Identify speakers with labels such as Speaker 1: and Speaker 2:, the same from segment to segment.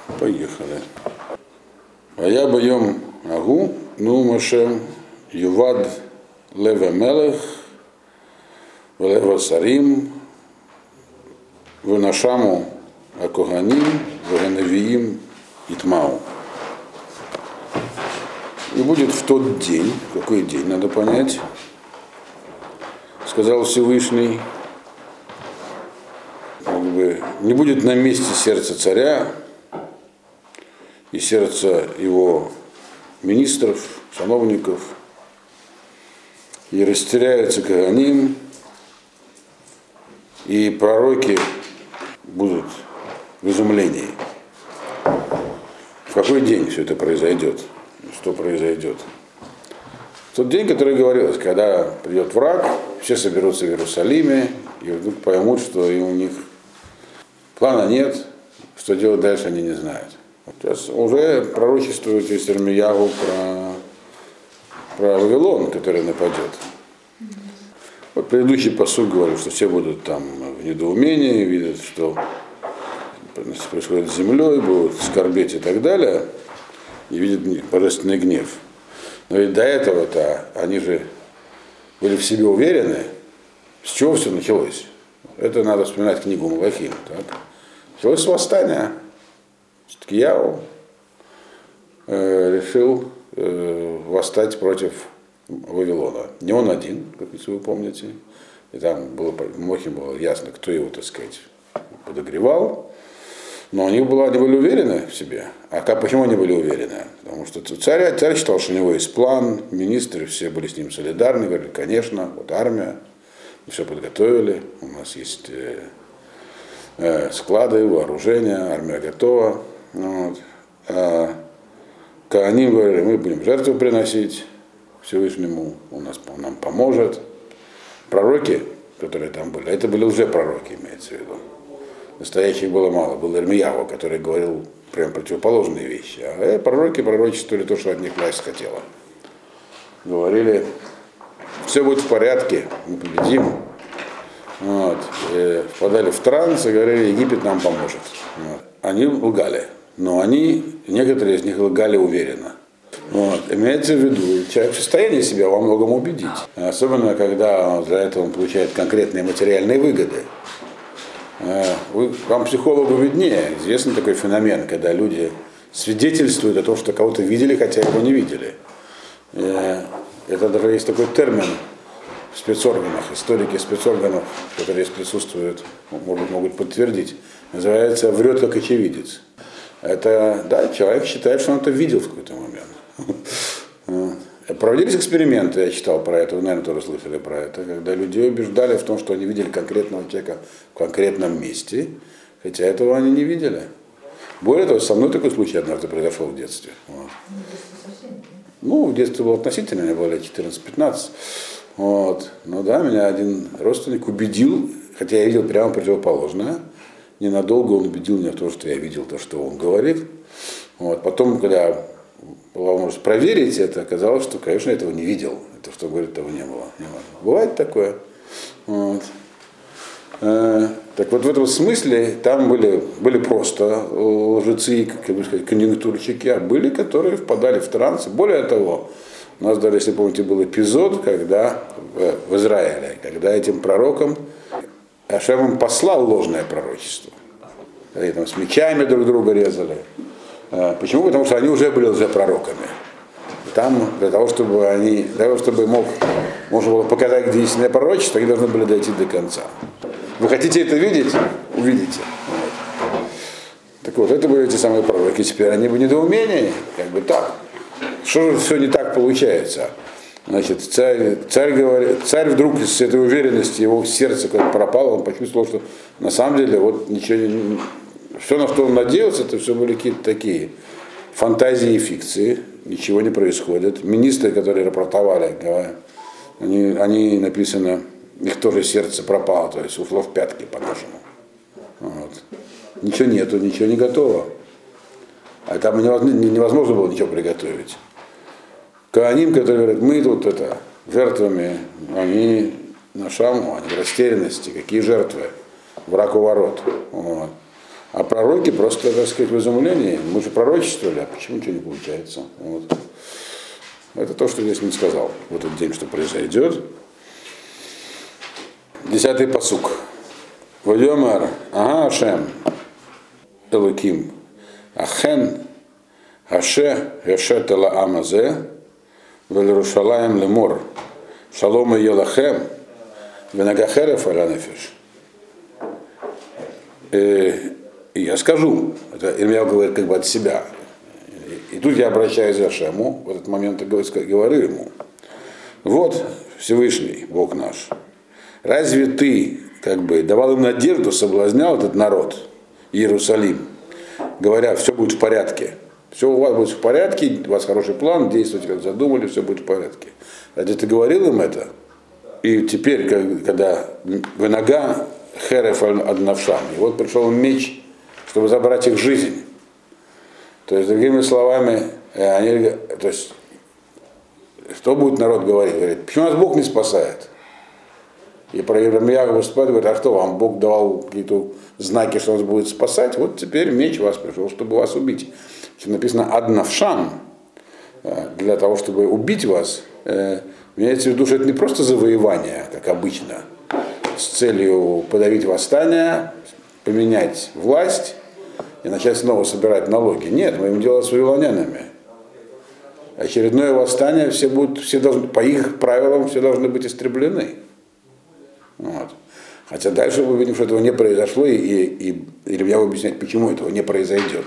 Speaker 1: Поехали. А я боем агу, ну машем, ювад лева мелех, лева сарим, вынашаму акоганим, ваганавиим итмау. И будет в тот день, какой день, надо понять, сказал Всевышний, не будет на месте сердца царя и сердца его министров, сановников, и растеряются коганим, и пророки будут в изумлении. В какой день все это произойдет? Что произойдет? В тот день, который говорилось, когда придет враг, все соберутся в Иерусалиме и вдруг поймут, что и у них плана нет, что делать дальше они не знают. Сейчас уже пророчествует из Ирмиягу про Вавилон, который нападет. Вот предыдущий пасук говорил, что все будут там в недоумении, видят, что происходит с землей, будут скорбеть и так далее, и видят божественный гнев. Но ведь до этого-то они же были в себе уверены, с чего все началось. Это надо вспоминать книгу Малахим. Так? Началось с восстания. Циткияу решил восстать против Вавилона. Не он один, как если вы помните. И там было ясно, кто его, так сказать, подогревал. Но они были уверены в себе. А почему они были уверены? Потому что царь считал, что у него есть план, министры все были с ним солидарны, говорили, конечно, вот армия, мы все подготовили, у нас есть склады, вооружение, армия готова. Вот. А они говорили, мы будем жертву приносить Всевышнему, он нам поможет. Пророки, которые там были, это были лжепророки, имеется в виду. Настоящих было мало. Был Ирмиягу, который говорил прям противоположные вещи. А пророки пророчествовали то, что от них власть хотела. Говорили, все будет в порядке, мы победим. Вот. Впадали в транс и говорили, Египет нам поможет. Вот. Они лгали. Но некоторые из них лгали уверенно. Вот. Имеется в виду, человек в состоянии себя во многом убедить. Особенно, когда за это он получает конкретные материальные выгоды. Вам, психологу, виднее. Известный такой феномен, когда люди свидетельствуют о том, что кого-то видели, хотя его не видели. Это даже есть такой термин в спецорганах, историки спецорганов, которые здесь присутствуют, могут подтвердить. Называется «врет как очевидец». Это, да, человек считает, что он это видел в какой-то момент. Проводились эксперименты, я читал про это, вы, наверное, тоже слышали про это, когда людей убеждали в том, что они видели конкретного человека в конкретном месте, хотя этого они не видели. Более того, со мной такой случай однажды произошел в детстве. Вот. Ну, в детстве было относительно, мне было лет 14-15. Вот. Ну да, меня один родственник убедил, хотя я видел прямо противоположное. Ненадолго он убедил меня в том, что я видел то, что он говорит. Вот. Потом, когда была возможность проверить это, оказалось, что, конечно, я этого не видел. Это, что говорит, того не было. Бывает такое. Вот. Так вот, в этом смысле там были просто лжецы, как бы сказать, конъюнктурщики, а были, которые впадали в транс. Более того, у нас даже, если помните, был эпизод, когда в Израиле, когда этим пророкам Ашем им послал ложное пророчество. Они там с мечами друг друга резали. Почему? Потому что они уже были лжепророками. Там для того, чтобы можно было показать, где истинное пророчество, они должны были дойти до конца. Вы хотите это видеть? Увидите. Вот. Так вот, это были эти самые пророки. Теперь они в недоумении, как бы так. Что же все не так получается? Значит, царь вдруг из этой уверенности, его сердце как пропало, он почувствовал, что на самом деле вот ничего, все, на что он надеялся, это все были какие-то такие фантазии и фикции, ничего не происходит. Министры, которые рапортовали, они написано, их тоже сердце пропало, то есть ушло в пятки по-нашему. Вот. Ничего нету, ничего не готово. А там невозможно было ничего приготовить. Коаним, которые говорят, мы тут жертвами, они на шаму, они в растерянности, какие жертвы? Враг у ворот. Вот. А пророки просто, так сказать, в изумлении. Мы же пророчествовали, а почему ничего не получается? Вот. Это то, что здесь не сказал. В этот день, что произойдет. 10-й пасук. Вайомар, ага, Ашем, Элоким, Ахен, Аше, Ешет Эла Амазе, Велерушалаем Лемор, Шалом и Елахем, Венагахерев Аля-Нефеш. И я скажу, это Ирмияу говорит как бы от себя. И тут я обращаюсь к Ашему, в этот момент и говорю ему: вот Всевышний, Бог наш, разве ты как бы давал им надежду, соблазнял этот народ, Иерусалим, говоря, все будет в порядке, все у вас будет в порядке, у вас хороший план, действуйте как задумали, все будет в порядке. Разве ты говорил им это? И теперь, когда Венага Хереф Аднавшам, и вот пришел меч, чтобы забрать их жизнь. То есть, другими словами, они, то есть, что будет народ говорить? Говорит, почему нас Бог не спасает? И про Ирмияу выступает, говорит, а что вам Бог давал какие-то знаки, что вас будет спасать? Вот теперь меч вас пришел, чтобы вас убить. Написано Аднавшам, для того, чтобы убить вас, имеется в виду, что это не просто завоевание, как обычно, с целью подавить восстание, поменять власть и начать снова собирать налоги. Нет, мы им делаем с вавилонянами. Очередное восстание, все должны, по их правилам все должны быть истреблены. Вот. Хотя дальше мы видим, что этого не произошло, и я буду объяснять, почему этого не произойдет.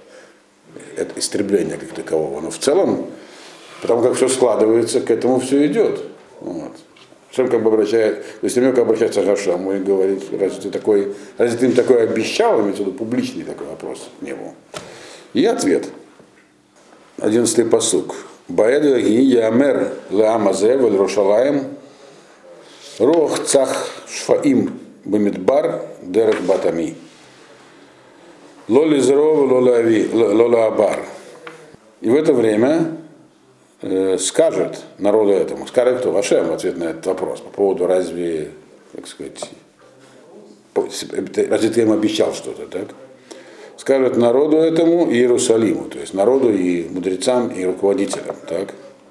Speaker 1: Это истребление как такового. Но в целом, потому как все складывается, к этому все идет. Вот. Шем как бы обращает, то есть Ирмияу обращается к Ашему и говорит, разве ты им такое обещал, имеется в виду публичный такой вопрос к небу. И ответ. 11-й пасук. Баэду ямер леамазе вельрушалаем рох цах шфаим бамидбар дерех батами. Лоли зров лола абар. И в это время скажет народу этому, скажет кто? Ашем в ответ на этот вопрос по поводу разве, так сказать, разве ты им обещал что-то, так? Скажет народу этому и Иерусалиму, то есть народу и мудрецам и руководителям, так?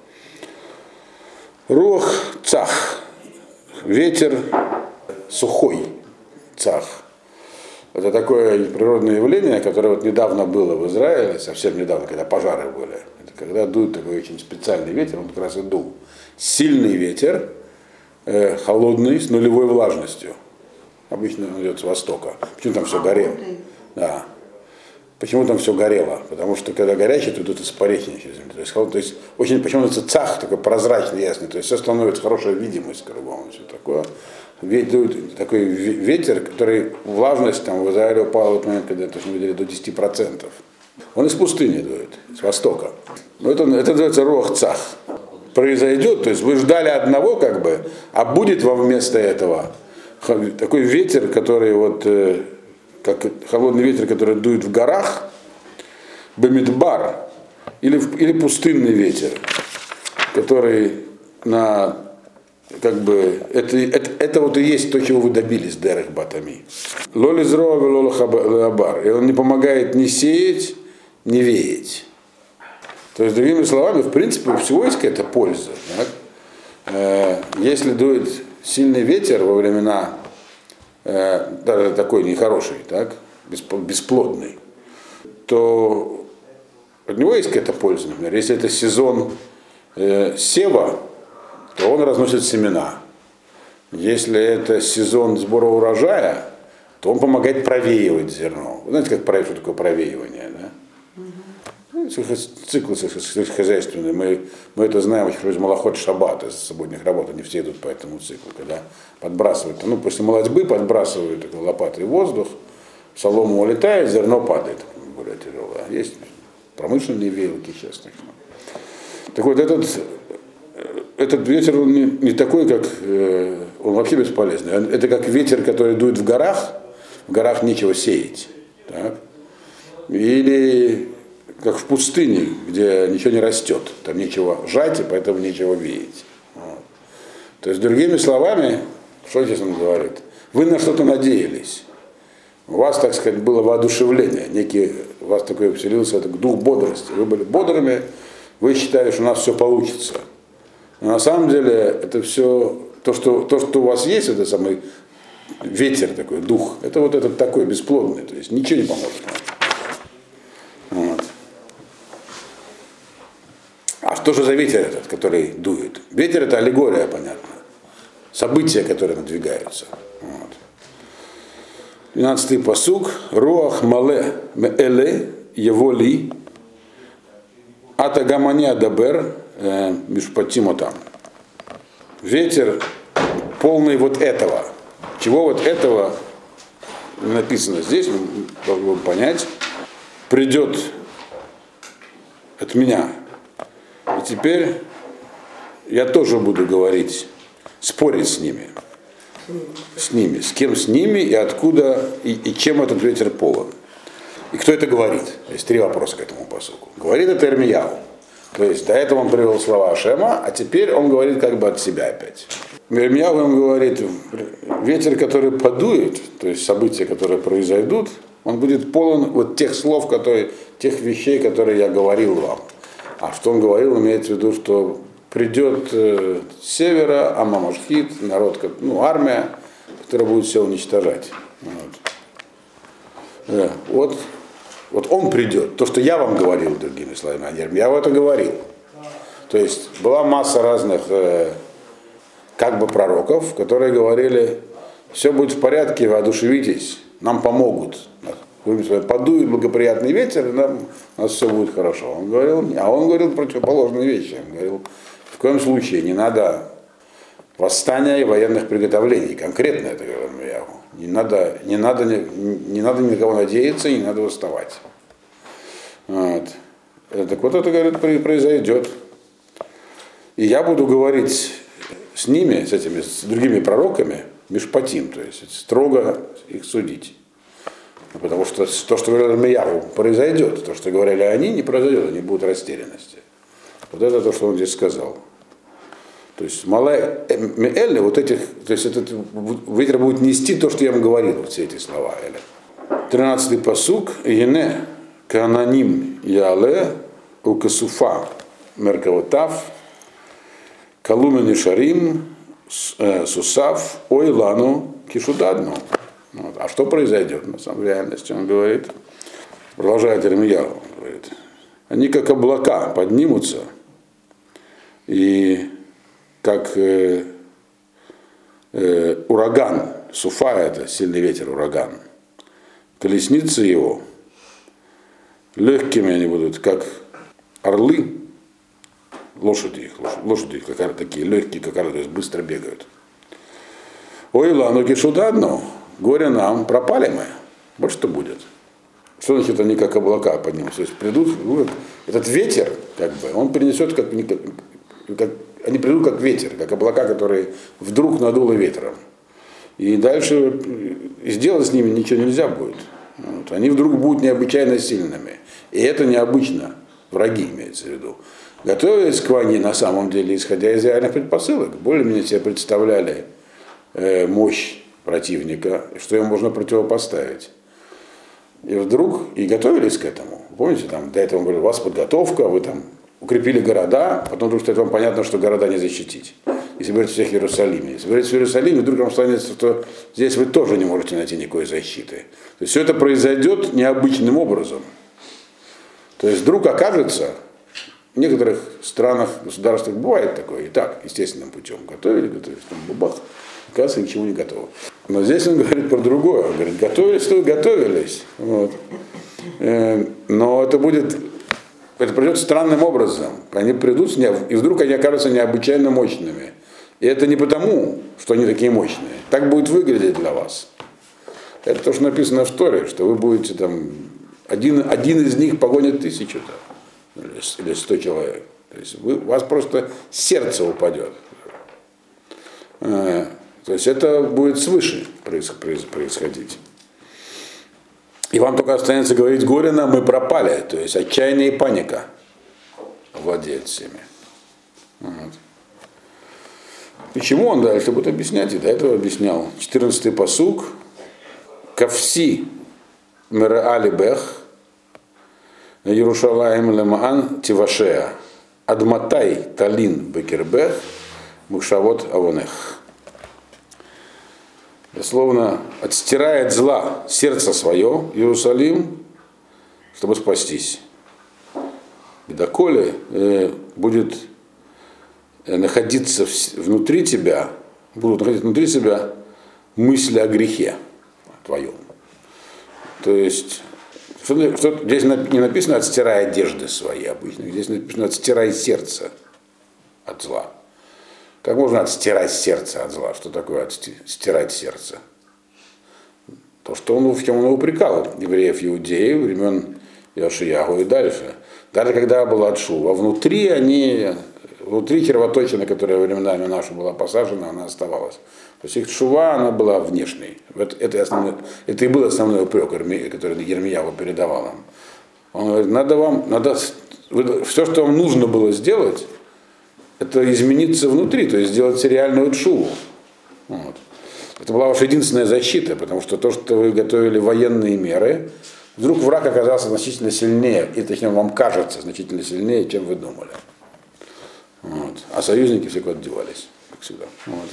Speaker 1: Рух цах, ветер сухой, цах. Это такое природное явление, которое вот недавно было в Израиле, совсем недавно, когда пожары были. Это когда дует такой очень специальный ветер, он как раз и дул. Сильный ветер, холодный, с нулевой влажностью. Обычно он идет с востока. Почему там все горело? Да. Почему там все горело? Потому что когда горячий, то идут испарения через землю. То есть очень, почему это цах такой прозрачный, ясный. То есть все становится хорошая видимость кругом, все такое. Дует такой ветер, который влажность там в Израиле упала в этот момент, когда это видели до 10%. Он из пустыни дует, с востока. Но это называется рох цах. Произойдет, то есть вы ждали одного как бы, а будет вам вместо этого такой ветер, который вот, как холодный ветер, который дует в горах, бамидбар, или пустынный ветер, который на как бы это вот и есть то, чего вы добились, дерех батами. Лоли зрова лола хабар. И он не помогает ни сеять, ни веять. То есть, другими словами, в принципе, у всего есть какая-то польза. Если дует сильный ветер во времена, даже такой нехороший, так, бесплодный, то от него есть какая-то польза. Например, если это сезон сева, то он разносит семена. Если это сезон сбора урожая, то он помогает провеивать зерно. Вы знаете, что такое провеивание? Да? Циклы хозяйственные. Мы это знаем очень хорошо из Малахот Шаббат, из субботних работ. Они все идут по этому циклу. Когда подбрасывают, после молодьбы подбрасывают такой лопатой воздух, солома улетает, зерно падает. Более тяжелое. Есть промышленные веялки сейчас. Так вот, этот ветер, он не такой, как он вообще бесполезный. Это как ветер, который дует в горах нечего сеять. Так? Или как в пустыне, где ничего не растет, там нечего жать, и поэтому нечего веять. Вот. То есть, другими словами, что здесь он говорит? Вы на что-то надеялись. У вас, так сказать, было воодушевление, у вас такой вселился дух бодрости. Вы были бодрыми, вы считали, что у нас все получится. Но на самом деле это все, то, что у вас есть, это самый ветер такой, дух, это вот этот такой бесплодный, то есть ничего не поможет вам. Вот. А что же за ветер этот, который дует? Ветер это аллегория, понятно. События, которые надвигаются. Вот. 12-й пасук. Руах мале меэле еволи атагамани адабер мишпатимотам. Ветер полный вот этого. Чего вот этого написано здесь, мы должны понять. Придет от меня. И теперь я тоже буду говорить, спорить с ними. С ними. С кем с ними и откуда, и чем этот ветер полон. И кто это говорит? Есть три вопроса к этому посылку. Говорит это Ирмияу. То есть до этого он привел слова Ашема, а теперь он говорит как бы от себя опять. Ирмияу им говорит, ветер, который подует, то есть события, которые произойдут, он будет полон вот тех слов, тех вещей, которые я говорил вам. А что он говорил, имеется в виду, что придет с севера Амамашхит, народ, армия, которая будет все уничтожать. Вот он придет. То, что я вам говорил, другими словами, я это говорил. То есть была масса разных как бы пророков, которые говорили, все будет в порядке, воодушевитесь, нам помогут. Подует благоприятный ветер, и у нас все будет хорошо. Он говорил противоположные вещи. Он говорил, в коем случае не надо восстания и военных приготовлений. Конкретно это говорил Ирмияу. Не надо никого надеяться, не надо восставать. Вот. Так вот это, говорит, произойдет. И я буду говорить с ними, с другими пророками, мишпатим, то есть строго их судить. Потому что то, что говорил Ирмияу, произойдет. То, что говорили они, не произойдет, они будут в растерянности. Вот это то, что он здесь сказал. То есть малай меэлли, то есть этот ветер будет нести то, что я вам говорил, вот все эти слова. 13-й пасук. Ене кананим яле укасуфа меркавотав калумен шарим сусав ойлану кишудадну. Вот. А что произойдет на самом реальности, он говорит. Продолжает Ирмияу, говорит. Они как облака поднимутся и как ураган, суфа это сильный ветер, ураган, колесницы его, легкими они будут, как орлы, лошади как такие легкие, как орлы, то есть быстро бегают. Ой, ладно, кишудадно, горе нам, пропали мы, вот что будет. Что значит они как облака поднимутся? То есть придут, этот ветер, как бы, он принесет они придут как ветер, как облака, которые вдруг надуло ветром. И дальше сделать с ними ничего нельзя будет. Вот. Они вдруг будут необычайно сильными. И это необычно. Враги имеется в виду. Готовились к войне на самом деле, исходя из реальных предпосылок. Более-менее себе представляли мощь противника, что им можно противопоставить. И вдруг и готовились к этому. Помните, там до этого говорили, у вас подготовка, вы там укрепили города, потом вдруг стает вам понятно, что города не защитить. И соберете всех в Иерусалиме. Если соберетесь в Иерусалиме, вдруг вам станется, что здесь вы тоже не можете найти никакой защиты. То есть все это произойдет необычным образом. То есть вдруг окажется, в некоторых странах, государствах бывает такое, и так, естественным путем. Готовили, там бабах, оказывается, ни к чему не готовы. Но здесь он говорит про другое. Он говорит, готовились. Вот. Но это придет странным образом. Они придут, и вдруг они окажутся необычайно мощными. И это не потому, что они такие мощные. Так будет выглядеть для вас. Это то, что написано в Торе, что вы будете там, один из них погонит 1000 или 100 человек. То есть у вас просто сердце упадет. То есть это будет свыше происходить. И вам только останется говорить, горе нам, мы пропали. То есть отчаяние и паника владеет всеми. Вот. Почему он дальше будет объяснять? И до этого объяснял. 14-й пасук. Кавси Мераали Бех, Ярушалаем Лемаан Тивашеа, Адматай Талин Бекербех, Мушавот Авонех. Дословно, отстирает зла сердце свое, Иерусалим, чтобы спастись. И доколе будет находиться внутри тебя, будут находиться внутри себя мысли о грехе твоем. То есть, здесь не написано «отстирай одежды свои» обычно, здесь написано «отстирай сердце от зла». Как можно отстирать сердце от зла? Что такое отстирать сердце? То, что в чем он упрекал евреев, иудеев, времен Йошиягу и дальше. Даже когда была отшува, внутри червоточина, которая временами наша была посажена, она оставалась. То есть их шува, она была внешней. Это и был основной упрек, который Йермияу передавал им. Он говорит, все, что вам нужно было сделать, это измениться внутри, то есть сделать реальную тшуву. Вот. Это была ваша единственная защита, потому что то, что вы готовили военные меры, вдруг враг оказался значительно сильнее, и точнее вам кажется значительно сильнее, чем вы думали. Вот. А союзники все куда-то девались, как всегда. Вот.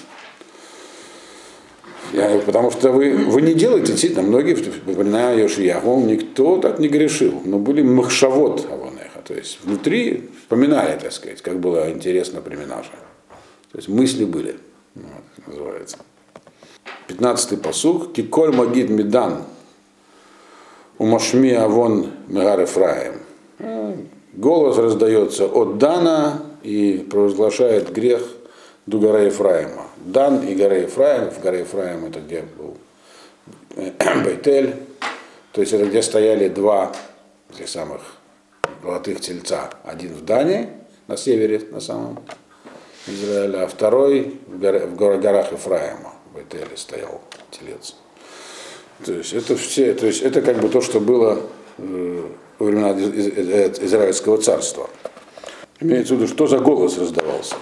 Speaker 1: Потому что вы не делаете, действительно, многие, напоминаю Йошиягу, никто так не грешил, но были махшавот авонеха, то есть внутри вспоминали, так сказать, как было интересно племя наше. То есть мысли были, вот, называется. 15-й пасук. Киколь магид мидан умашми авон мегар Ефраим. Голос раздается от Дана и провозглашает грех до горы Ефраима. Дан и гора Ефраим. В горе Ефраим это где был Бейтель. То есть это где стояли два этих самых золотых тельца. Один в Дане, на севере, на самом Израиля, а второй в горах Ефраима. В Бейтеле стоял телец. То есть это все, то есть это как бы то, что было во времена Израильского царства. Имеется в виду, что за голос раздавался.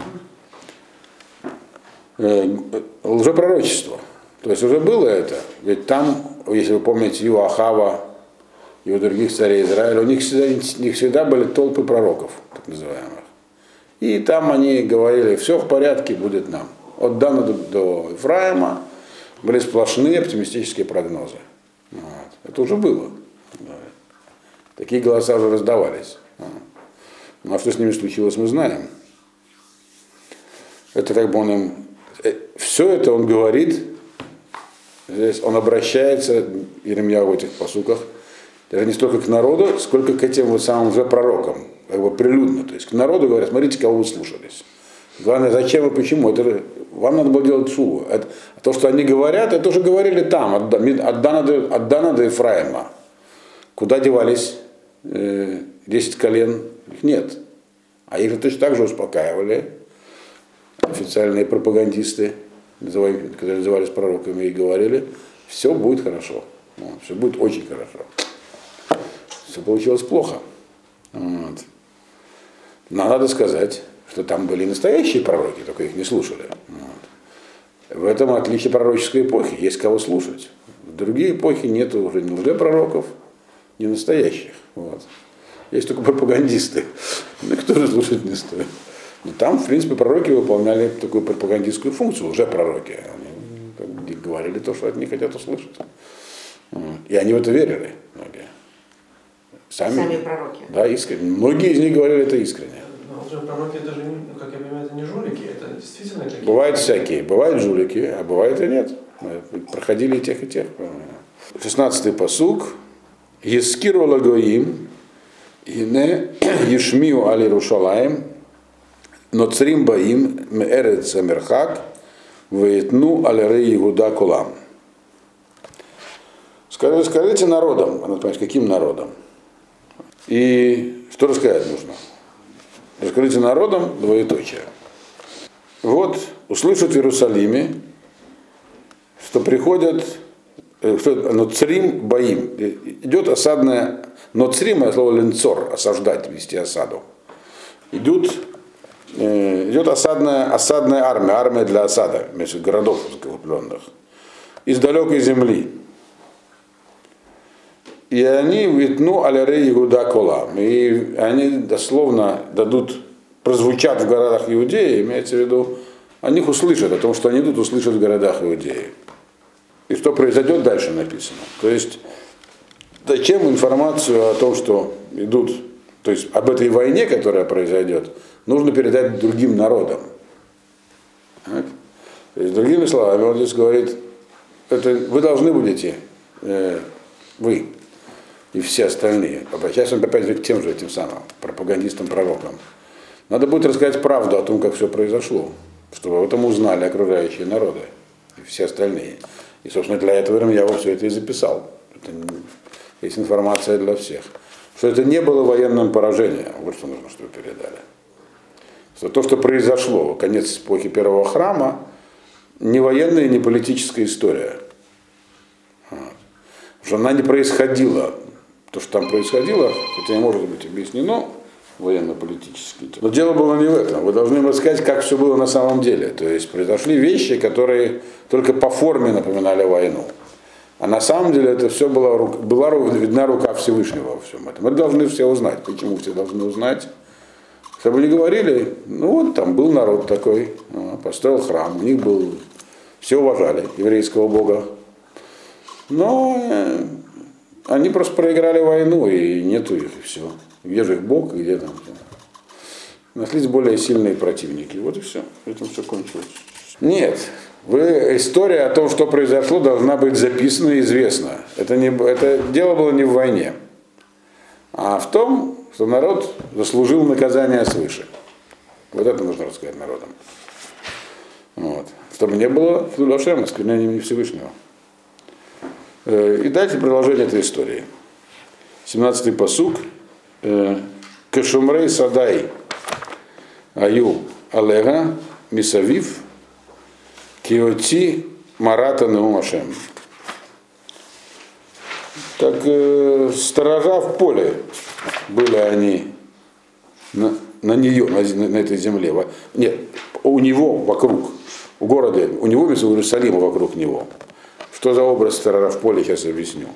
Speaker 1: Лжепророчество. То есть уже было это. Ведь там, если вы помните, и у Ахава, и у других царей Израиля, у них всегда были толпы пророков, так называемых. И там они говорили, все в порядке будет нам. От Дана до Ефраима были сплошные оптимистические прогнозы. Вот. Это уже было. Такие голоса уже раздавались. Ну а что с ними случилось, мы знаем. Это как бы он им... Все это он говорит, здесь он обращается, Йермияу в этих пасуках, даже не столько к народу, сколько к этим вот самым же пророкам, как бы прилюдно. То есть к народу говорят, смотрите, кого вы слушались. Главное, зачем и почему. Это, вам надо было делать шуву. То, что они говорят, это уже говорили там, от Дана до Ефраима. Куда девались 10 колен? Их нет. А их же точно так же успокаивали официальные пропагандисты, которые назывались пророками, и говорили, все будет хорошо. Все будет очень хорошо. Все получилось плохо. Вот. Но надо сказать, что там были настоящие пророки, только их не слушали. Вот. В этом отличие пророческой эпохи. Есть кого слушать. В другие эпохи нет уже ни лжепророков, ни настоящих. Вот. Есть только пропагандисты. Никто же слушать не стоит. Но там, в принципе, пророки выполняли такую пропагандистскую функцию, лжепророки. Они говорили то, что от них хотят услышать. И они в это верили, многие. Сами пророки. Да, искренне. Многие из них говорили это искренне.
Speaker 2: Но лжепророки даже, как я понимаю, это не жулики, это действительно какие-то...
Speaker 1: Бывают всякие. Бывают жулики, а бывает и нет. Проходили и тех, и тех. 16-й пасук. Ескиру лагоим, ине ешмиу али Рушалаем, но црим баим меэрец амерхак, вейтну аль-рей Игуда кулам. Скажите народам, надо понять, каким народом. И что рассказать нужно? Расскажите народам, двоеточие. Вот услышат в Иерусалиме, что приходят, ноцрим баим. Идет осадная, ноцрим, это слово ленцор, осаждать, вести осаду. Идет осадная армия для осады, между городов закрепленных, из далекой земли. И они витну алярей Иуда колам. И они дословно дадут, прозвучат в городах Иудеи, имеется в виду, о них услышат, о том, что они тут услышат в городах Иудеи. И что произойдет дальше написано. То есть, зачем информацию о том, что идут, то есть об этой войне, которая произойдет, нужно передать другим народам. Так? То есть, другими словами, он здесь говорит, это вы должны будете, вы и все остальные, обращаясь опять к тем же, этим самым пропагандистам, пророкам, надо будет рассказать правду о том, как все произошло, чтобы об этом узнали окружающие народы и все остальные. И, собственно, для этого Ирмияу все это и записал. Это есть информация для всех. Что это не было военным поражением, вот что нужно, чтобы передали. Что то, что произошло, конец эпохи первого храма, не военная, не политическая история. Что она не происходила. То, что там происходило, хотя не может быть объяснено военно-политически. Но дело было не в этом. Вы должны им рассказать, как все было на самом деле. То есть произошли вещи, которые только по форме напоминали войну. А на самом деле это все была видна рука Всевышнего во всем этом. Это должны все узнать. Почему все должны узнать? Чтобы не говорили, ну вот там был народ такой, построил храм, у них был, все уважали еврейского бога. Но они просто проиграли войну, и нету их, и все. Где же их бог, и где там все. Нашлись более сильные противники. Вот и все. Этим все кончилось. Нет. История о том, что произошло, должна быть записана и известна. Это дело было не в войне, а в том, что народ заслужил наказание свыше. Вот это нужно рассказать народам. Вот. Чтобы не было хилуль-Ашем, осквернения Всевышнего. И дальше продолжение этой истории. 17-й пасук. Кешумрей садай аю алега мисавив киоти марата неум Ашем. Так сторожа в поле были они на нее, на этой земле. Нет, у него вокруг, у города, у него вместо Иерусалима вокруг него. Что за образ сторожа в поле, сейчас объясню.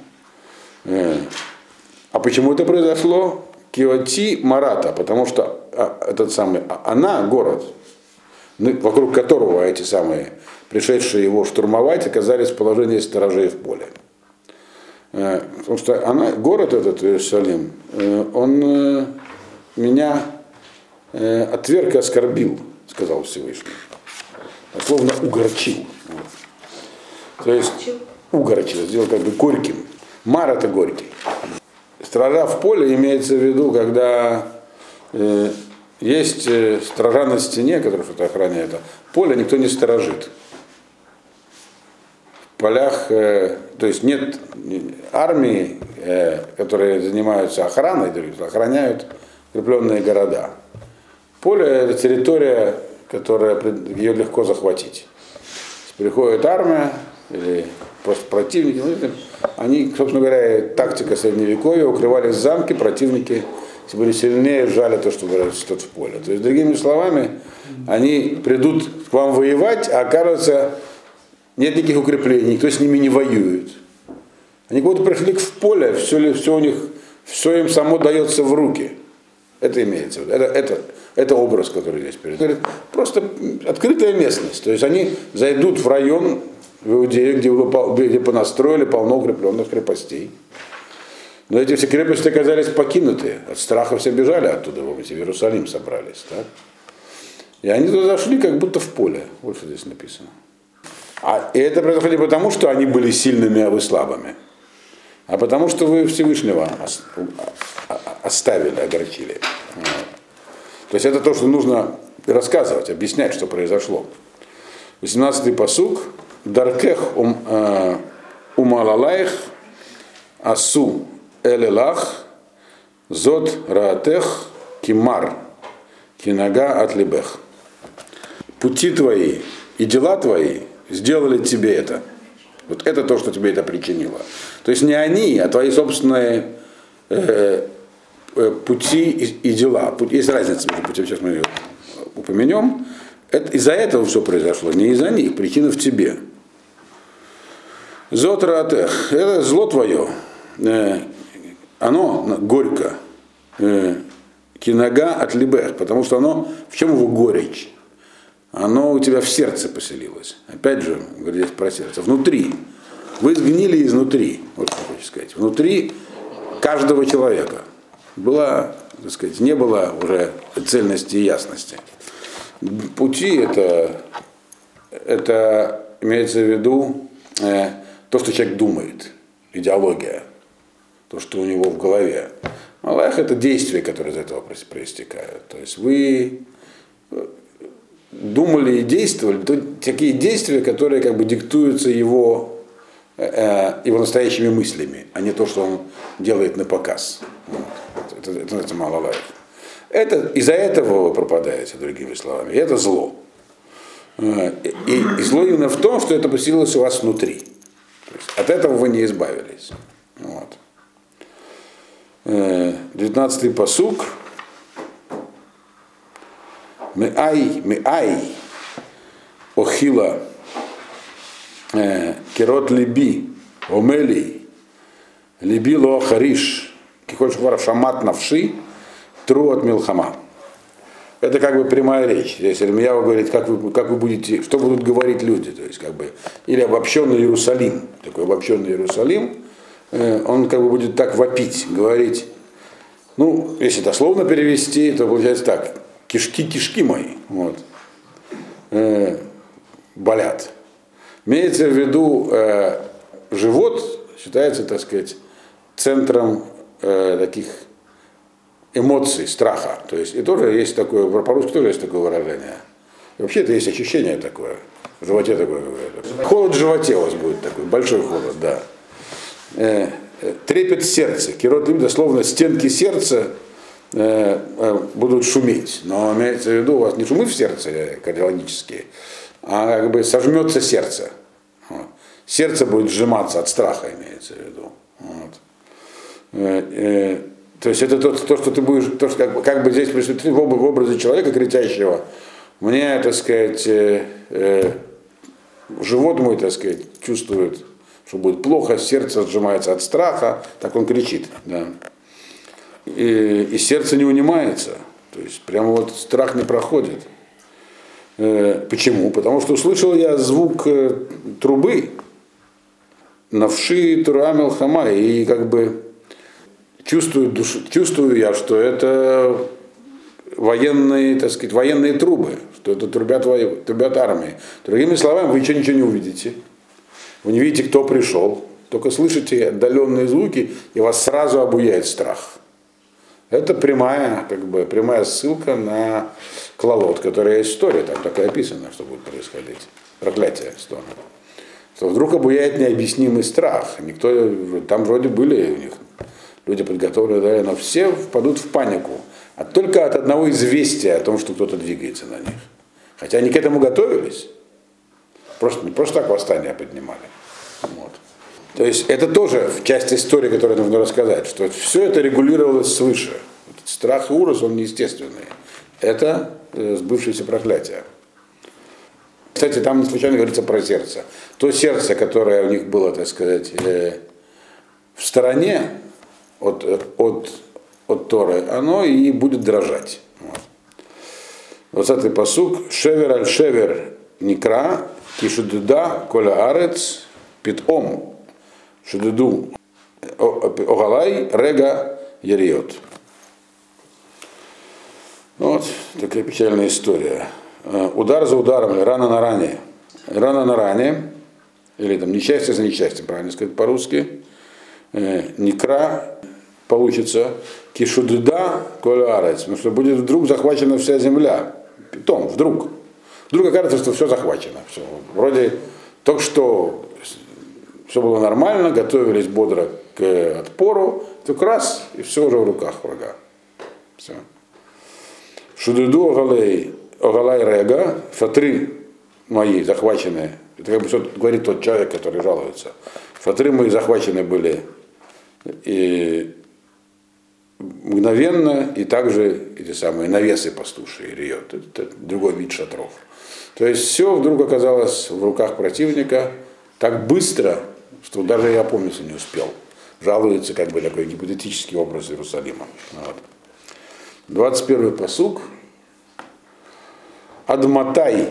Speaker 1: А почему это произошло? Киоти Марата, потому что она, город, вокруг которого эти самые пришедшие его штурмовать, оказались в положении сторожей в поле. Потому что город этот, Иерусалим, он меня отверг и оскорбил, сказал Всевышний. Словно угорчил. То есть угорчил, сделал как бы горьким. Мар это горький. Стража в поле имеется в виду, когда есть стража на стене, который что-то охраняет, а поле никто не сторожит. В полях, то есть нет армии, которые занимаются охраной, охраняют укрепленные города. Поле – это территория, ее легко захватить. Приходит армия или просто противники, они, собственно говоря, тактика средневековья, укрывались в замке, противники, если были сильнее, сжали то, что растет в поле. То есть, другими словами, они придут к вам воевать, а окажется, нет никаких укреплений, никто с ними не воюет. Они как будто пришли в поле, все у них, все им само дается в руки. Это имеется в виду. Это образ, который здесь перед. Просто открытая местность. То есть они зайдут в район в Иудее, где понастроили полно укрепленных крепостей. Но эти все крепости оказались покинуты. От страха все бежали оттуда, в Иерусалим собрались. Так? И они туда зашли, как будто в поле. Вот что здесь написано. И это произошло не потому, что они были сильными, а вы слабыми, а потому что вы Всевышнего оставили, огорчили. Вот. То есть это то, что нужно рассказывать, объяснять, что произошло. 18-й пасук. Даркех умалалаих асу элелах зот раатех кимар кинага атлибех. Пути твои и дела твои сделали тебе это. Вот это то, что тебе это причинило. То есть не они, а твои собственные пути и дела. Есть разница между путем, сейчас мы ее упомянем. Из-за этого все произошло, не из-за них, причина в тебе. Зот раатех, это зло твое, оно горько. Кинога от либех, потому что оно, в чем его горечь? Оно у тебя в сердце поселилось. Опять же, говорит здесь про сердце. Внутри. Вы сгнили изнутри. Вот что хочу сказать. Внутри каждого человека была, так сказать, не было уже цельности и ясности. Пути это имеется в виду то, что человек думает, идеология, то, что у него в голове. Малах это действия, которые из этого проистекают. То есть вы думали и действовали, то такие действия, которые как бы диктуются его настоящими мыслями, а не то, что он делает на показ. Вот. Это называется малалаев. Из-за этого вы пропадаете, другими словами. И это зло. И зло именно в том, что это поселилось у вас внутри. То есть от этого вы не избавились. Вот. 19-й пасук. Меай охила кирот либи омели либи ло хариш кихоль швар шамат навши тру от милхама. Это как бы прямая речь. Здесь Ирмияу говорит, как вы будете, что будут говорить люди, то есть как бы, или обобщенный Иерусалим, такой обобщенный Иерусалим, он как бы будет так вопить, говорить, ну, если дословно перевести, то получается так, кишки мои, вот, болят. Имеется в виду, живот считается, так сказать, центром таких эмоций, страха. То есть, и тоже есть такое, по-русски тоже есть такое выражение. И вообще это есть ощущение такое, в животе такое. Холод в животе у вас будет такой, большой холод, да. Трепет сердца. Кирот либо дословно стенки сердца будут шуметь. Но имеется в виду, у вас не шумы в сердце кардиологические, а как бы сожмется сердце. Вот. Сердце будет сжиматься от страха, имеется в виду. Вот. То есть это то, что ты будешь, то, что как бы здесь присутствует в образе человека кричащего. Мне, так сказать, живот мой, так сказать, чувствует, что будет плохо, сердце сжимается от страха, так он кричит. Да. И сердце не унимается. То есть прямо вот страх не проходит. Почему? Потому что услышал я звук трубы, навши турамил хама, и как бы чувствую я, что это военные, так сказать, военные трубы, что это трубят армии. Другими словами, вы ничего не увидите. Вы не видите, кто пришел, только слышите отдаленные звуки, и вас сразу обуяет страх. Это прямая ссылка на Клалот, которая есть в истории, там так и описано, что будет происходить. Проклятие стороны. Что вдруг обуяет необъяснимый страх. Там вроде были у них люди подготовленные, но все впадут в панику. А только от одного известия о том, что кто-то двигается на них. Хотя они к этому готовились. Не просто так восстание поднимали. Вот. То есть это тоже в части истории, которую нужно рассказать, что все это регулировалось свыше. Этот страх и ужас, он неестественный. Это сбывшееся проклятие. Кстати, там не случайно говорится про сердце. То сердце, которое у них было, так сказать, в стороне от Торы, оно и будет дрожать. Вот. 20-й пасук. Шевер аль шевер никра, кишудуда коля арец питом. Шудуду огалай рега яриот. Вот такая печальная история. Удар за ударом, или рана на ране. Рана на ране, или там несчастье за несчастьем, правильно сказать по-русски. Никра получится кишудда колярец, потому что будет вдруг захвачена вся земля. Потом, вдруг окажется, что все захвачено. Все. Вроде только что все было нормально, готовились бодро к отпору, только раз, и все уже в руках врага. Все. Шудуду огалай рега, шатры мои захвачены, это как бы говорит тот человек, который жалуется. Шатры мои захвачены были и мгновенно, и также эти самые навесы пастушие, риот, это другой вид шатров. То есть все вдруг оказалось в руках противника так быстро, что даже я опомниться не успел. жалуется, как бы такой гипотетический образ Иерусалима. Вот. 21-й пасук. Адматай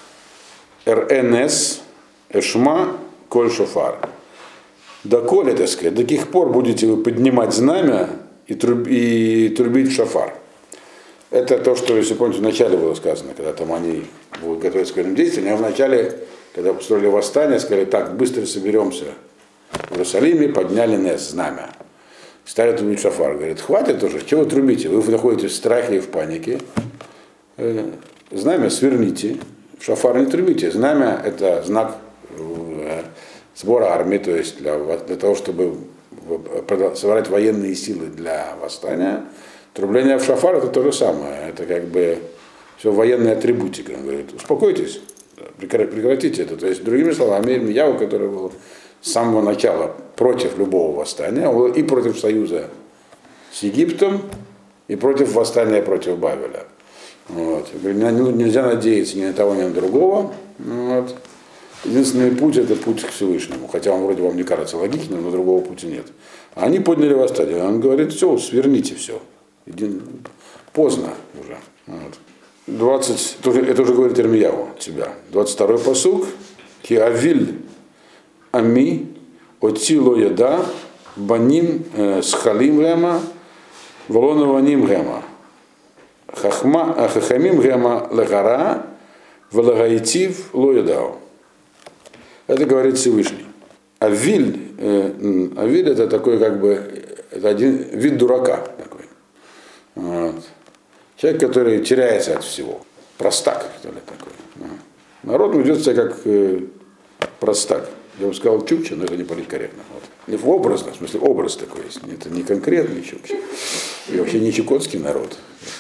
Speaker 1: РНС Эшма Коль Шофар. Доколе, так сказать, до каких пор будете вы поднимать знамя и трубить в шофар. Это то, что, если помните, в начале было сказано, когда там они будут готовиться к военным действиям. А в начале, когда устроили восстание, сказали, так, быстро соберемся в Иерусалиме, подняли Нес, знамя. Стали трубить в шофар. Говорит, хватит уже, чего вы трубите? Вы находитесь в страхе и в панике. Знамя сверните, в шофар не трубите. Знамя – это знак сбора армии, то есть для того, чтобы собрать военные силы для восстания. Трубление в шофар это то же самое. Это как бы все военная атрибутика. Он говорит, успокойтесь, прекратите это. То есть, другими словами, Ирмияу, который был с самого начала против любого восстания, он был и против союза с Египтом, и против восстания против Бавеля. Вот. Нельзя надеяться ни на того, ни на другого. Вот. Единственный путь это путь к Всевышнему. Хотя он вроде вам не кажется логичным, но другого пути нет. Они подняли восстание. Он говорит, все, сверните все. Поздно уже. Вот. 20, это уже говорит Ирмияу тебя. 22-й пасук. Киавиль ами отило яда баним схалим гема волона ваним гема хахамим гема лагара валагаитив лоядау. Это говорит Всевышний. Авиль это такой как бы это один вид дурака такой. Вот. Человек, который теряется от всего. Простак, что ли, такой. Народ ведет себя как простак. Я бы сказал чукча, но это не политкорректно. Вот. Не в образно, в смысле образ такой есть. Это не конкретный чукча. И вообще не чукотский народ.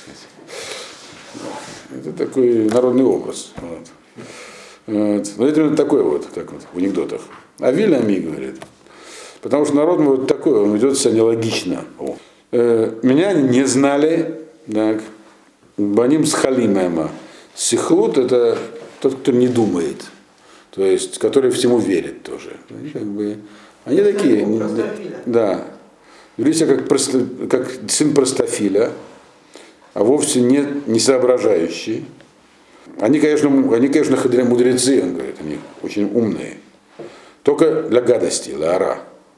Speaker 1: Это такой народный образ. Вот. Вот. Но это такой вот, как вот в анекдотах. А Вильями говорит. Потому что народ вот такой, он ведет себя нелогично. Меня не знали, так, баним с халимема. Сихлут это тот, кто не думает. То есть, который всему верит тоже. Они такие, да. Вели себя как сын простофиля, а вовсе не соображающие. Они, конечно, мудрецы, он говорит, они очень умные. Только для гадости, ла-ара.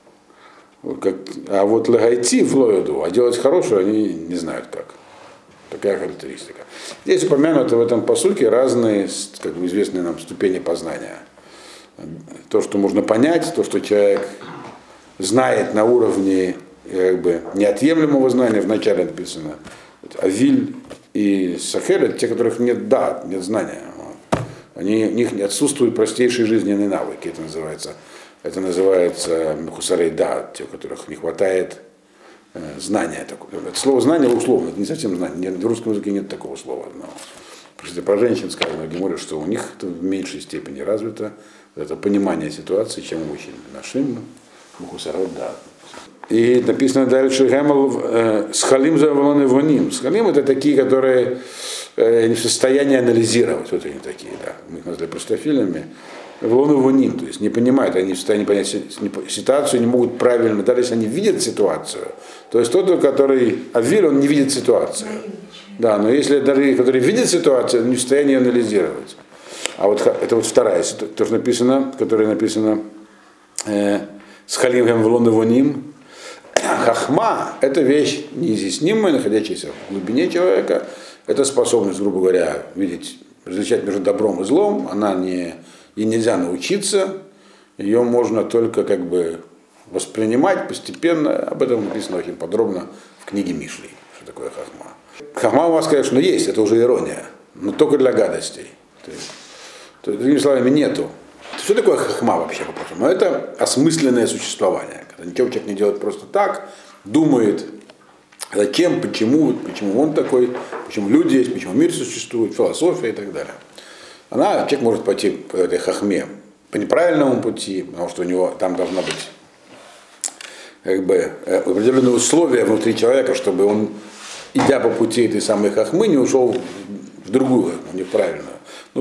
Speaker 1: А вот лагайти в лоиду, а делать хорошее они не знают как. Такая характеристика. Здесь упомянуты в этом пасуке разные, как бы известные нам, ступени познания. То, что можно понять, то, что человек знает на уровне как бы неотъемлемого знания, вначале написано. Авиль и Сахель, это те, которых нет дат, нет знания. У них отсутствуют простейшие жизненные навыки, это называется мехусарей да, те, у которых не хватает знания. Это слово знание условно, это не совсем знание. В русском языке нет такого слова одного. Про женщин сказано в Геморе, что у них это в меньшей степени развито это понимание ситуации, чем у мужчин. Нашим мехусарей да. И написано дальше схалим за волоны воним. Схалим это такие, которые не в состоянии анализировать. Вот они такие, да. Мы их назвали простофилями. Волоны воним, то есть не понимают, они в состоянии понять ситуацию, не могут правильно, даже если они видят ситуацию. То есть тот, который авиль, он не видит ситуацию. Да, но если даже который видит ситуацию, он не в состоянии анализировать. А вот это вот вторая, то, что написано, которое написано схалим волоны воним. Хахма – это вещь неизъяснимая, находящаяся в глубине человека. Это способность, грубо говоря, видеть, различать между добром и злом. Ей нельзя научиться, ее можно только как бы воспринимать постепенно. Об этом написано очень подробно в книге Мишли, что такое хахма. Хахма у вас, конечно, есть, это уже ирония, но только для гадостей. То есть, другими словами, нету. Что такое хахма вообще, по-простому? Это осмысленное существование. Когда ничего человек не делает просто так, думает, зачем, почему он такой, почему люди есть, почему мир существует, философия и так далее. Человек может пойти по этой хахме по неправильному пути, потому что у него там должна быть как бы определенные условия внутри человека, чтобы он, идя по пути этой самой хахмы, не ушел в другую хахму, неправильную. Но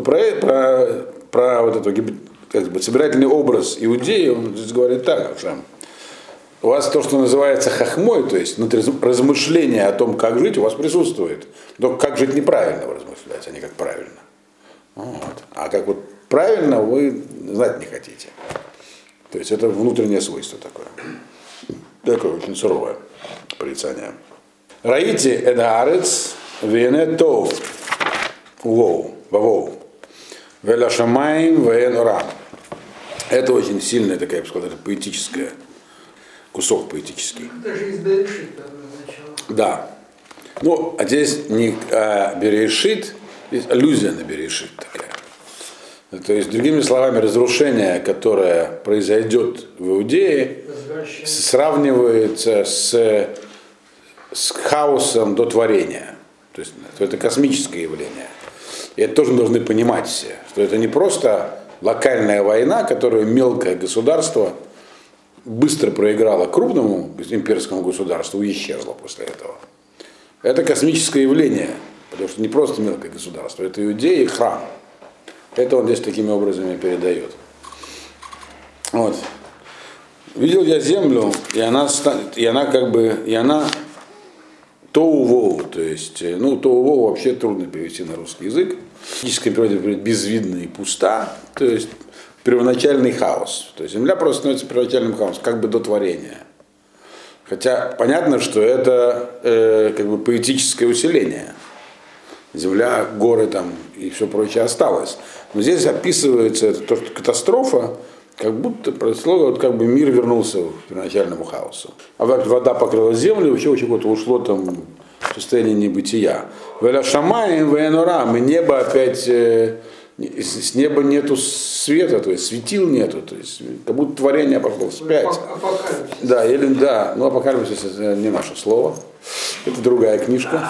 Speaker 1: про вот этот как бы собирательный образ иудеи, он здесь говорит так, что у вас то, что называется хохмой, то есть размышление о том, как жить, у вас присутствует. Но как жить неправильно вы размышляете, а не как правильно. Вот. А как вот правильно вы знать не хотите. То есть это внутреннее свойство такое. Такое очень суровое порицание. Раити эдаарец вене тов воу, вавоу, веля шамаим вен ора. Это очень сильная такая, я бы сказал, поэтическая, кусок поэтический.
Speaker 3: Даже из Берешит там начало.
Speaker 1: Да. Ну, а здесь не Берешит, здесь аллюзия на Берешит такая. То есть, другими словами, разрушение, которое произойдет в Иудее, сравнивается с хаосом до творения. То есть это космическое явление. И это тоже должны понимать все, что это не просто локальная война, которую мелкое государство быстро проиграло крупному имперскому государству и исчезло после этого. Это космическое явление, потому что не просто мелкое государство, это Иудея и храм. Это он здесь такими образами передает. Вот. Видел я землю, и она тоу-воу, то есть, ну, тоу-воу вообще трудно перевести на русский язык. В физическом переводе безвидна и пуста, то есть первоначальный хаос. То есть земля просто становится первоначальным хаосом, как бы до творения. Хотя понятно, что это как бы поэтическое усиление. Земля, горы там и все прочее осталось. Но здесь описывается это, то, что катастрофа, как будто произошло, вот как бы мир вернулся к первоначальному хаосу. А вода покрыла землю, вообще очень вот ушло там в состояние небытия. Веля шамаем венорам, и небо опять, с неба нету света, то есть светил нету, то есть как будто творение пошло вспять.
Speaker 3: Апокалипсис.
Speaker 1: Да, или да, но апокалипсис это не наше слово, это другая книжка.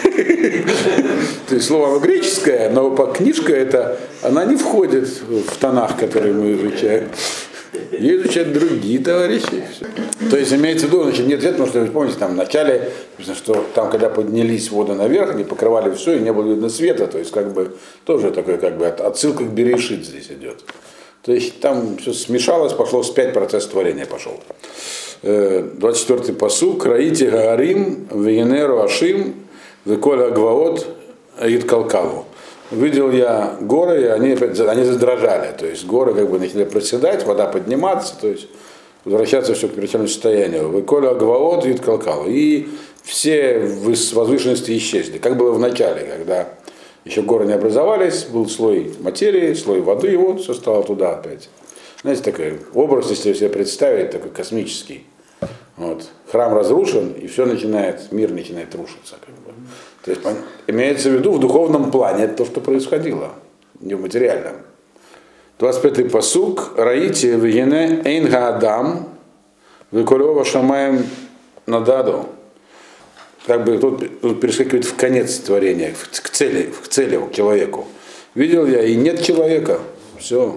Speaker 1: То есть слово греческое, но книжка это, она не входит в тонах, которые мы изучаем. Ее изучают другие товарищи. То есть имеется в виду, значит, нет, потому что вы помните, там в начале, что там, когда поднялись воды наверх, они покрывали все, и не было видно света, то есть как бы тоже такой как бы отсылка к Берешит здесь идет. То есть там все смешалось, пошло вспять, процесс творения пошел. 24-й пасук. Раити Гаарим, Вегенеру Ашим, Веколя Гваот, Иткалкалу. Видел я горы, и они задрожали. То есть горы как бы начали проседать, вода подниматься, то есть возвращаться все к первоначальному состоянию. Веколя Гваот, Иткалкалу. И все возвышенности исчезли. Как было в начале, когда еще горы не образовались, был слой материи, слой воды, и вот все стало туда опять. Знаете, такой образ, если себе представить, такой космический. Вот. Храм разрушен, и все начинает, мир начинает рушиться. Как бы. То есть имеется в виду в духовном плане это то, что происходило, не в материальном. 25-й пасук. Раити вегене эйнга адам веколева шамаем нададу. Как бы тут перескакивает в конец творения, к цели, к человеку. Видел я, и нет человека. Все.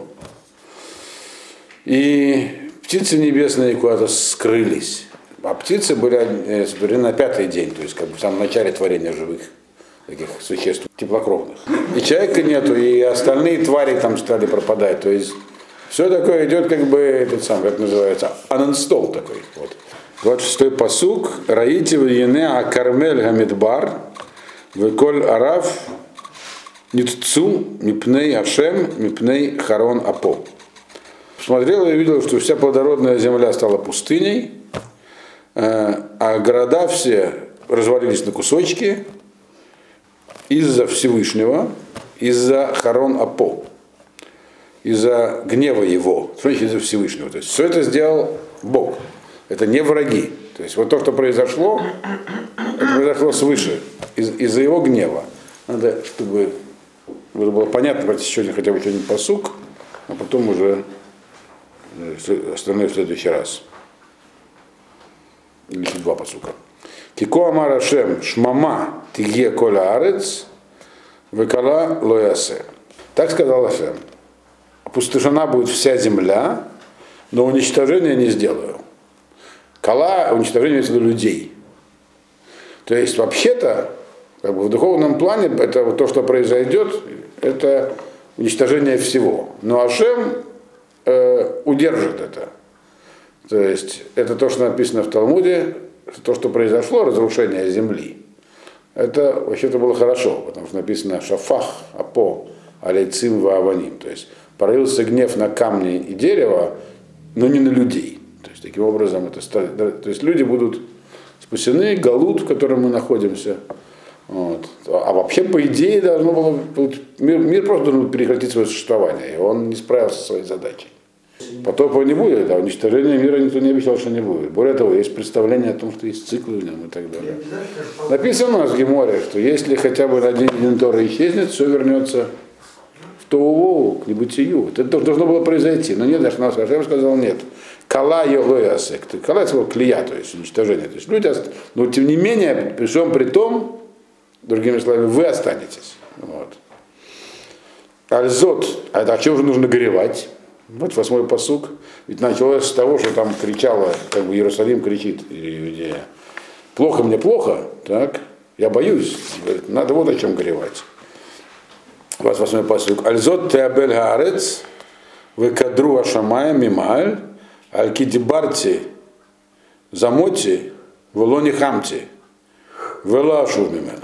Speaker 1: И птицы небесные куда-то скрылись. А птицы были сотворены на 5-й день, то есть как бы в самом начале творения живых таких существ, теплокровных. И человека нету, и остальные твари там стали пропадать. То есть все такое идет как бы, этот сам, как называется, ананстол такой. Вот. 26-й пасук. Раити вене акармель гамидбар веколь араф нитцу мипней ашем мипней харон апо. Смотрел и видел, что вся плодородная земля стала пустыней, а города все развалились на кусочки из-за Всевышнего, из-за Харон Апо, из-за гнева его, из-за Всевышнего. То есть все это сделал Бог. Это не враги. То есть вот то, что произошло, это произошло свыше, из-за его гнева. Надо, чтобы было понятно, давайте сегодня хотя бы что-нибудь пасук, а потом уже остальное в следующий раз. Или еще 2 пасука. Кико амар Ашем шмама тиге коля арец векала лоясе. Так сказал Ашем. Опустошена будет вся земля, но уничтожения не сделаю. Кала, уничтожение имеется в виду людей. То есть вообще-то, как бы в духовном плане, это вот то, что произойдет, это уничтожение всего. Но Ашем удержит это. То есть это то, что написано в Талмуде, то, что произошло, разрушение земли. Это вообще-то было хорошо, потому что написано «Шафах, Апо, Алейцим, Вааваним». То есть пролился гнев на камни и дерево, но не на людей. То есть таким образом то есть люди будут спасены, галут, в котором мы находимся. Вот. А вообще, по идее, должно было мир просто должен был прекратить свое существование, и он не справился со своей задачей. Потопа не будет, а уничтожения мира никто не обещал, что не будет. Более того, есть представление о том, что есть циклы в нем и так далее. Написано у нас в Геморе, что если хотя бы на день Торы исчезнет, все вернется в Тоувоу, к небытию. Это должно было произойти. Но нет, даже Ашем сказал нет. Кала йолоясек. Кала это слово клея, то есть уничтожение. То есть люди, но тем не менее, при всем при том, другими словами, вы останетесь. Вот. Альзот, а о чем же нужно горевать? Вот 8-й пасук. Ведь началось с того, что там кричало, как бы Иерусалим кричит, Иудея. Плохо мне плохо, так? Я боюсь. Говорит, надо вот о чем горевать. 28-й пасук. Альзот теабель гаарец, векадру ашамая мималь, аль-кидибарти замоти, велони хамти, велашу мимену.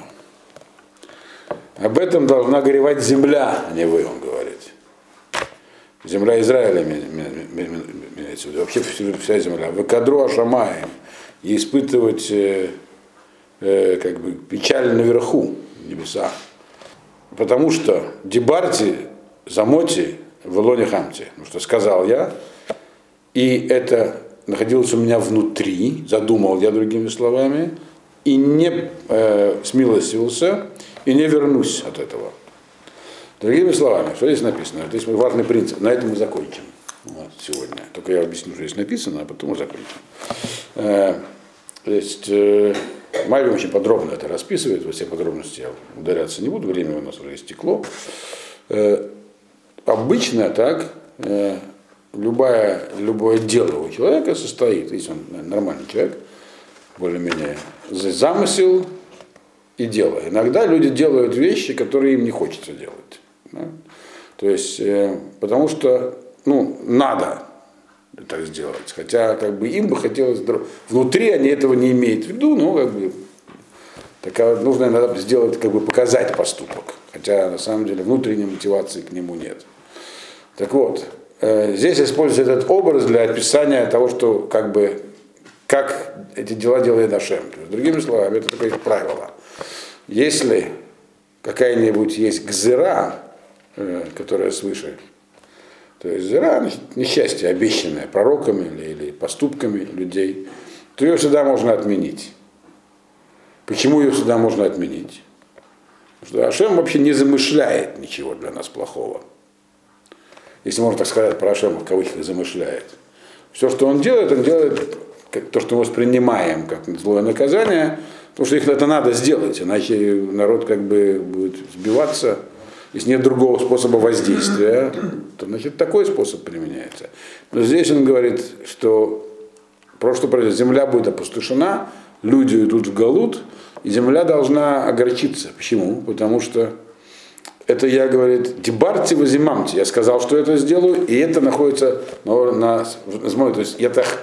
Speaker 1: Об этом должна горевать земля, а не вы, он говорит. Земля Израиля имеется в виду, вообще вся земля. Векадру ашамаем, и испытывать как бы печаль наверху, небеса. Потому что дебарти, замоти, велони хамти, потому что сказал я, и это находилось у меня внутри, задумал я другими словами, и не смилостивился, и не вернусь от этого. Другими словами, что здесь написано? Это есть важный принцип. На этом мы закончим вот, сегодня. Только я объясню, что здесь написано, а потом мы закончим. То есть Мальбим очень подробно это расписывает, во все подробности я ударяться не буду, время у нас уже истекло. Обычно так любое дело у человека состоит, если он нормальный человек, более-менее замысел и дело. Иногда люди делают вещи, которые им не хочется делать. Да? То есть, потому что, надо так сделать. Хотя, как бы, им бы хотелось, внутри они этого не имеют в виду, но, как бы, нужно иногда сделать, как бы, показать поступок. Хотя, на самом деле, внутренней мотивации к нему нет. Так вот, здесь используется этот образ для описания того, что, как эти дела делает Ашем. То есть, другими словами, это такое правило. Если какая-нибудь есть гзера, которая свыше, то есть гзера, несчастье, обещанное пророками или поступками людей, то ее всегда можно отменить. Почему ее всегда можно отменить? Потому что Ашем вообще не замышляет ничего для нас плохого. Если можно так сказать про Ашема, в кавычках замышляет. Все, что он делает то, что мы воспринимаем как злое наказание, потому что их это надо сделать, иначе народ как бы будет сбиваться. Если нет другого способа воздействия, то значит такой способ применяется. Но здесь он говорит, что просто земля будет опустошена, люди уйдут в галут, и земля должна огорчиться. Почему? Потому что это я, говорит, дебарти возимамти. Я сказал, что это сделаю, и это находится то есть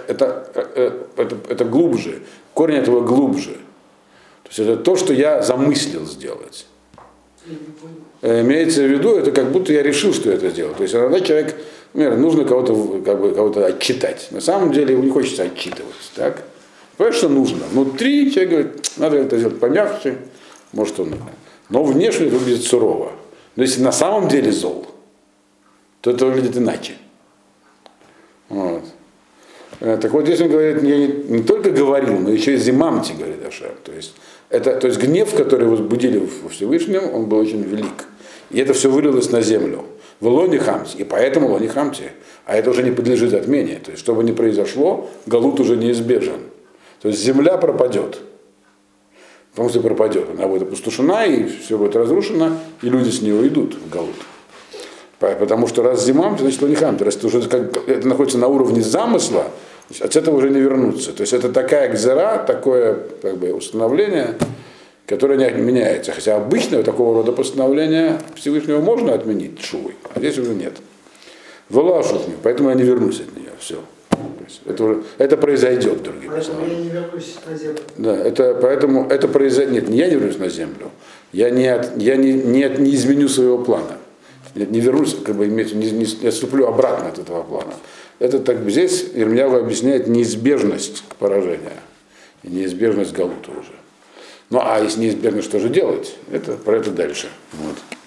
Speaker 1: это глубже. Корень этого глубже. То есть это то, что я замыслил сделать. Имеется в виду, это как будто я решил, что это сделал. То есть иногда человек, например, нужно кого-то отчитать. На самом деле ему не хочется отчитывать. Так? Понимаешь, что нужно? Внутри человек говорит, надо это сделать помягче, может он. Но внешне это выглядит сурово. Но если на самом деле зол, то это выглядит иначе. Вот. Так вот, здесь он говорит, я не только говорил, но еще и зимамти, говорит Ашем. То есть гнев, который возбудили во Всевышнем, он был очень велик. И это все вылилось на землю. В лони хамти. И поэтому лони хамти. А это уже не подлежит отмене. То есть, что бы ни произошло, галут уже неизбежен. То есть земля пропадет. Потому что пропадет. Она будет опустошена, и все будет разрушено, и люди с нее уйдут в галут. Потому что раз зима, значит лони хамти. Раз это уже это находится на уровне замысла, от этого уже не вернуться. То есть это такая гзера, такое как бы установление, которое не меняется. Хотя обычно такого рода постановления Всевышнего можно отменить шувой, а здесь уже нет. Поэтому я не вернусь от нее. Все. То есть это произойдет, другими
Speaker 3: Поэтому
Speaker 1: словами.
Speaker 3: я не вернусь на землю.
Speaker 1: Да, поэтому это произойдет. Нет, я не вернусь на землю. Я не изменю своего плана. Не вернусь, как бы не отступлю обратно от этого плана. Это так здесь Ирмияу объясняет неизбежность поражения и неизбежность галута уже. Ну а если неизбежно, что же делать? Про это дальше. Вот.